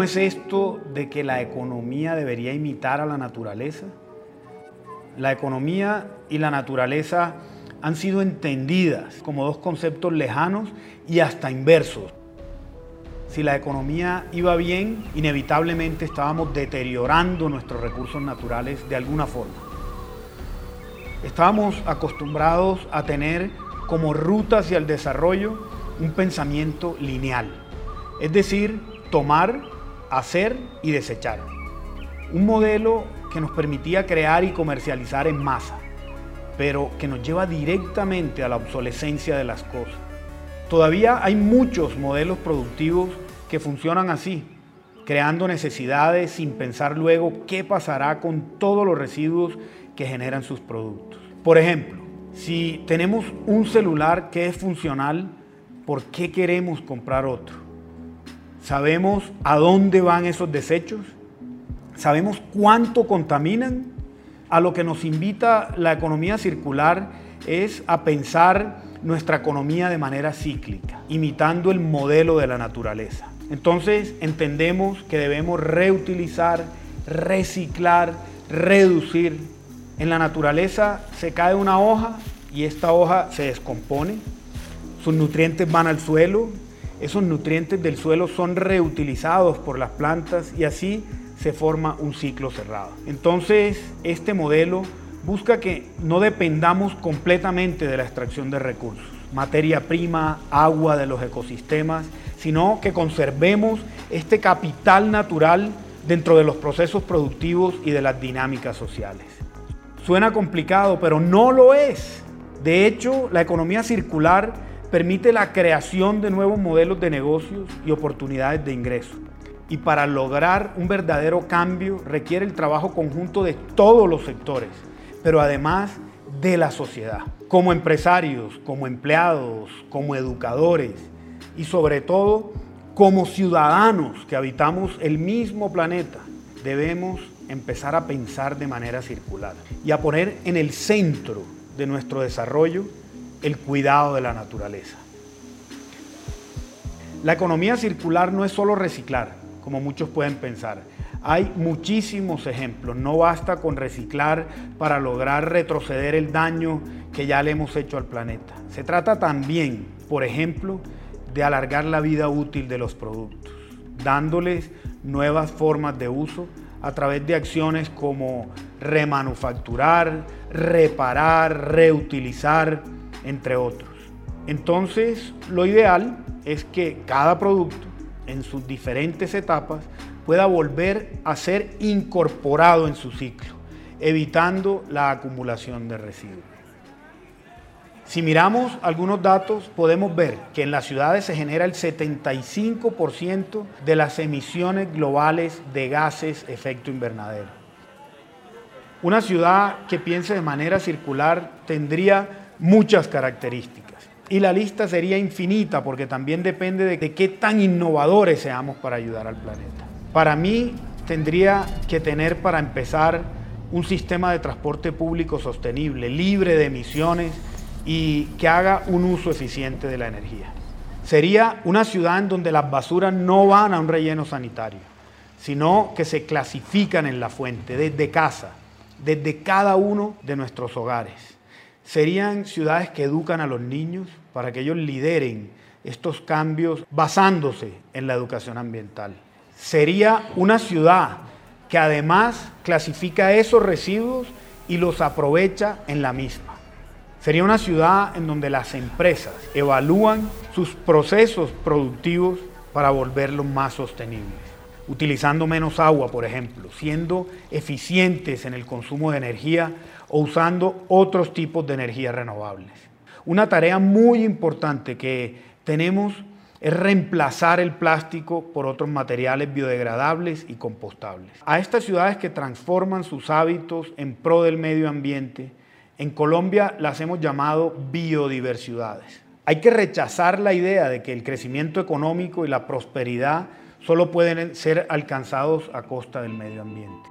es esto de que la economía debería imitar a la naturaleza? La economía y la naturaleza han sido entendidas como dos conceptos lejanos y hasta inversos. Si la economía iba bien, inevitablemente estábamos deteriorando nuestros recursos naturales de alguna forma. Estábamos acostumbrados a tener como ruta hacia el desarrollo un pensamiento lineal, es decir, tomar, hacer y desechar. Un modelo que nos permitía crear y comercializar en masa, pero que nos lleva directamente a la obsolescencia de las cosas. Todavía hay muchos modelos productivos que funcionan así, creando necesidades sin pensar luego qué pasará con todos los residuos que generan sus productos. Por ejemplo, si tenemos un celular que es funcional, ¿por qué queremos comprar otro? ¿Sabemos a dónde van esos desechos? ¿Sabemos cuánto contaminan? A lo que nos invita la economía circular es a pensar nuestra economía de manera cíclica, imitando el modelo de la naturaleza. Entonces entendemos que debemos reutilizar, reciclar, reducir. En la naturaleza se cae una hoja y esta hoja se descompone, sus nutrientes van al suelo, esos nutrientes del suelo son reutilizados por las plantas y así se forma un ciclo cerrado. Entonces, este modelo busca que no dependamos completamente de la extracción de recursos, materia prima, agua de los ecosistemas, sino que conservemos este capital natural dentro de los procesos productivos y de las dinámicas sociales. Suena complicado, pero no lo es. De hecho, la economía circular permite la creación de nuevos modelos de negocios y oportunidades de ingreso. Y para lograr un verdadero cambio requiere el trabajo conjunto de todos los sectores, pero además de la sociedad. Como empresarios, como empleados, como educadores y sobre todo como ciudadanos que habitamos el mismo planeta, debemos empezar a pensar de manera circular y a poner en el centro de nuestro desarrollo el cuidado de la naturaleza. La economía circular no es solo reciclar, como muchos pueden pensar. Hay muchísimos ejemplos. No basta con reciclar para lograr retroceder el daño que ya le hemos hecho al planeta. Se trata también, por ejemplo, de alargar la vida útil de los productos, dándoles nuevas formas de uso a través de acciones como remanufacturar, reparar, reutilizar, entre otros. Entonces, lo ideal es que cada producto, en sus diferentes etapas, pueda volver a ser incorporado en su ciclo, evitando la acumulación de residuos. Si miramos algunos datos, podemos ver que en las ciudades se genera el 75% de las emisiones globales de gases efecto invernadero. Una ciudad que piense de manera circular tendría muchas características y la lista sería infinita porque también depende de qué tan innovadores seamos para ayudar al planeta. Para mí tendría que tener, para empezar, un sistema de transporte público sostenible, libre de emisiones y que haga un uso eficiente de la energía. Sería una ciudad en donde las basuras no van a un relleno sanitario, sino que se clasifican en la fuente, desde casa, desde cada uno de nuestros hogares. Serían ciudades que educan a los niños para que ellos lideren estos cambios basándose en la educación ambiental. Sería una ciudad que además clasifica esos residuos y los aprovecha en la misma. Sería una ciudad en donde las empresas evalúan sus procesos productivos para volverlos más sostenibles, utilizando menos agua, por ejemplo, siendo eficientes en el consumo de energía o usando otros tipos de energías renovables. Una tarea muy importante que tenemos es reemplazar el plástico por otros materiales biodegradables y compostables. A estas ciudades que transforman sus hábitos en pro del medio ambiente, en Colombia las hemos llamado biodiversidades. Hay que rechazar la idea de que el crecimiento económico y la prosperidad solo pueden ser alcanzados a costa del medio ambiente.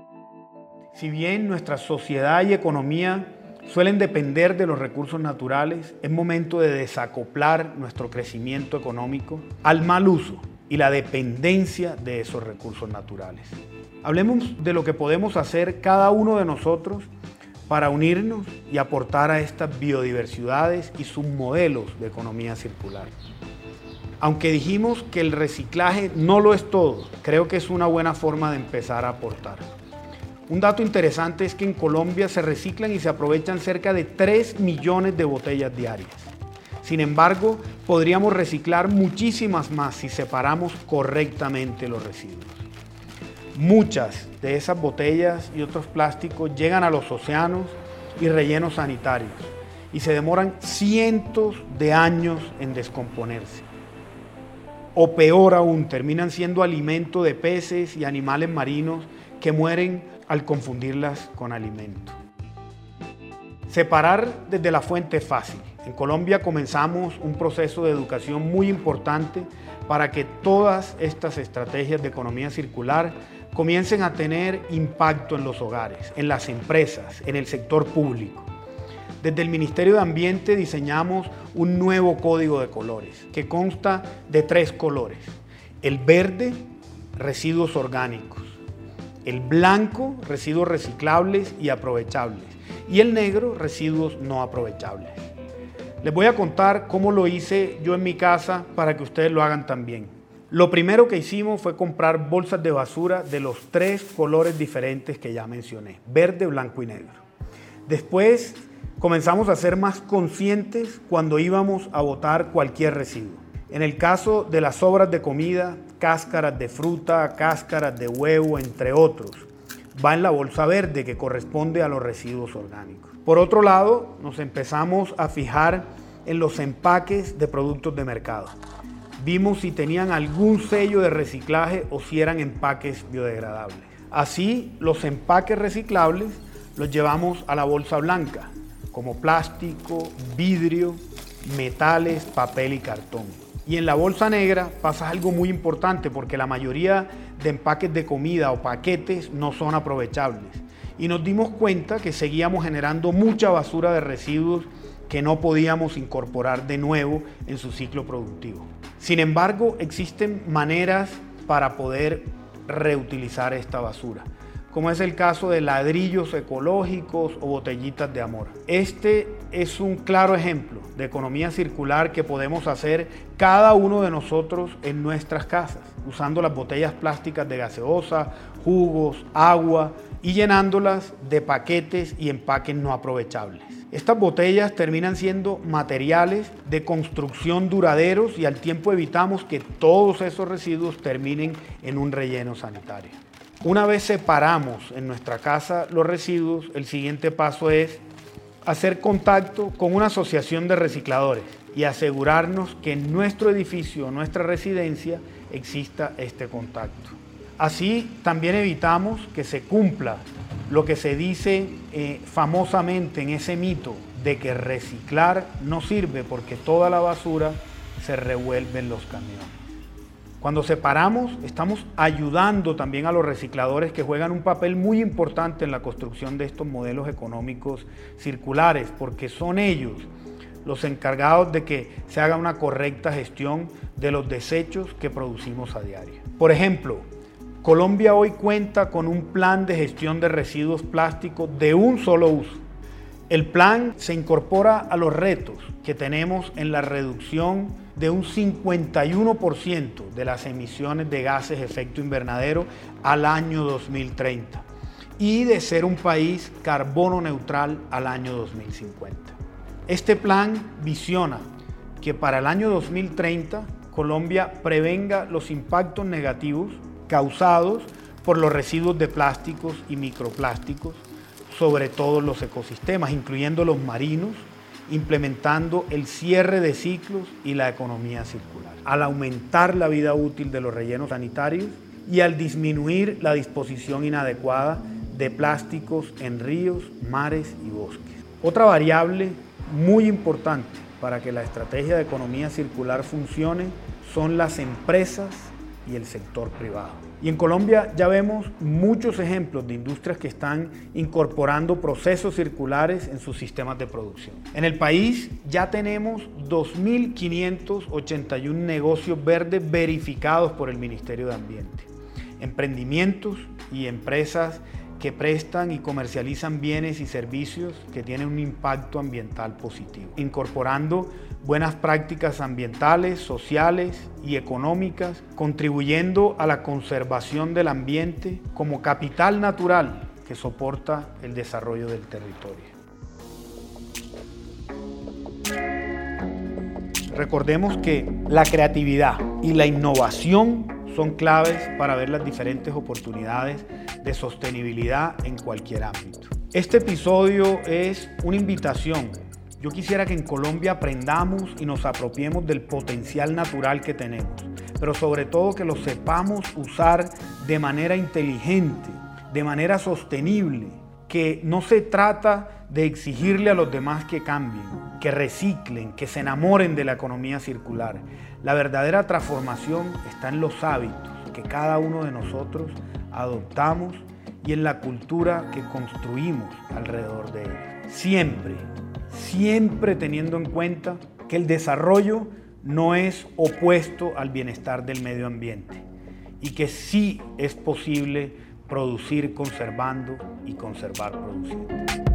Si bien nuestra sociedad y economía suelen depender de los recursos naturales, es momento de desacoplar nuestro crecimiento económico al mal uso y la dependencia de esos recursos naturales. Hablemos de lo que podemos hacer cada uno de nosotros para unirnos y aportar a estas biodiversidades y submodelos de economía circular. Aunque dijimos que el reciclaje no lo es todo, creo que es una buena forma de empezar a aportar. Un dato interesante es que en Colombia se reciclan y se aprovechan cerca de 3 millones de botellas diarias. Sin embargo, podríamos reciclar muchísimas más si separamos correctamente los residuos. Muchas de esas botellas y otros plásticos llegan a los océanos y rellenos sanitarios y se demoran cientos de años en descomponerse. O peor aún, terminan siendo alimento de peces y animales marinos que mueren al confundirlas con alimento. Separar desde la fuente es fácil. En Colombia comenzamos un proceso de educación muy importante para que todas estas estrategias de economía circular comiencen a tener impacto en los hogares, en las empresas, en el sector público. Desde el Ministerio de Ambiente diseñamos un nuevo código de colores que consta de 3 colores. El verde, residuos orgánicos. El blanco, residuos reciclables y aprovechables. Y el negro, residuos no aprovechables. Les voy a contar cómo lo hice yo en mi casa para que ustedes lo hagan también. Lo primero que hicimos fue comprar bolsas de basura de los 3 colores diferentes que ya mencioné, verde, blanco y negro. Después comenzamos a ser más conscientes cuando íbamos a botar cualquier residuo. En el caso de las sobras de comida, cáscaras de fruta, cáscaras de huevo, entre otros, va en la bolsa verde que corresponde a los residuos orgánicos. Por otro lado, nos empezamos a fijar en los empaques de productos de mercado. Vimos si tenían algún sello de reciclaje o si eran empaques biodegradables. Así, los empaques reciclables los llevamos a la bolsa blanca, como plástico, vidrio, metales, papel y cartón. Y en la bolsa negra pasa algo muy importante porque la mayoría de empaques de comida o paquetes no son aprovechables. Y nos dimos cuenta que seguíamos generando mucha basura de residuos que no podíamos incorporar de nuevo en su ciclo productivo. Sin embargo, existen maneras para poder reutilizar esta basura, como es el caso de ladrillos ecológicos o botellitas de amor. Este es un claro ejemplo de economía circular que podemos hacer cada uno de nosotros en nuestras casas, usando las botellas plásticas de gaseosa, jugos, agua y llenándolas de paquetes y empaques no aprovechables. Estas botellas terminan siendo materiales de construcción duraderos y al tiempo evitamos que todos esos residuos terminen en un relleno sanitario. Una vez separamos en nuestra casa los residuos, el siguiente paso es hacer contacto con una asociación de recicladores y asegurarnos que en nuestro edificio o nuestra residencia exista este contacto. Así también evitamos que se cumpla lo que se dice famosamente en ese mito de que reciclar no sirve porque toda la basura se revuelve en los camiones. Cuando separamos, estamos ayudando también a los recicladores que juegan un papel muy importante en la construcción de estos modelos económicos circulares, porque son ellos los encargados de que se haga una correcta gestión de los desechos que producimos a diario. Por ejemplo, Colombia hoy cuenta con un plan de gestión de residuos plásticos de un solo uso. El plan se incorpora a los retos que tenemos en la reducción de un 51% de las emisiones de gases de efecto invernadero al año 2030 y de ser un país carbono neutral al año 2050. Este plan visiona que para el año 2030 Colombia prevenga los impactos negativos causados por los residuos de plásticos y microplásticos sobre todos los ecosistemas, incluyendo los marinos, implementando el cierre de ciclos y la economía circular, al aumentar la vida útil de los rellenos sanitarios y al disminuir la disposición inadecuada de plásticos en ríos, mares y bosques. Otra variable muy importante para que la estrategia de economía circular funcione son las empresas y el sector privado. Y en Colombia ya vemos muchos ejemplos de industrias que están incorporando procesos circulares en sus sistemas de producción. En el país ya tenemos 2.581 negocios verdes verificados por el Ministerio de Ambiente. Emprendimientos y empresas que prestan y comercializan bienes y servicios que tienen un impacto ambiental positivo, incorporando buenas prácticas ambientales, sociales y económicas, contribuyendo a la conservación del ambiente como capital natural que soporta el desarrollo del territorio. Recordemos que la creatividad y la innovación son claves para ver las diferentes oportunidades de sostenibilidad en cualquier ámbito. Este episodio es una invitación. Yo quisiera que en Colombia aprendamos y nos apropiemos del potencial natural que tenemos, pero sobre todo que lo sepamos usar de manera inteligente, de manera sostenible, que no se trata de exigirle a los demás que cambien, que reciclen, que se enamoren de la economía circular. La verdadera transformación está en los hábitos que cada uno de nosotros adoptamos y en la cultura que construimos alrededor de ella. Siempre teniendo en cuenta que el desarrollo no es opuesto al bienestar del medio ambiente y que sí es posible producir conservando y conservar produciendo.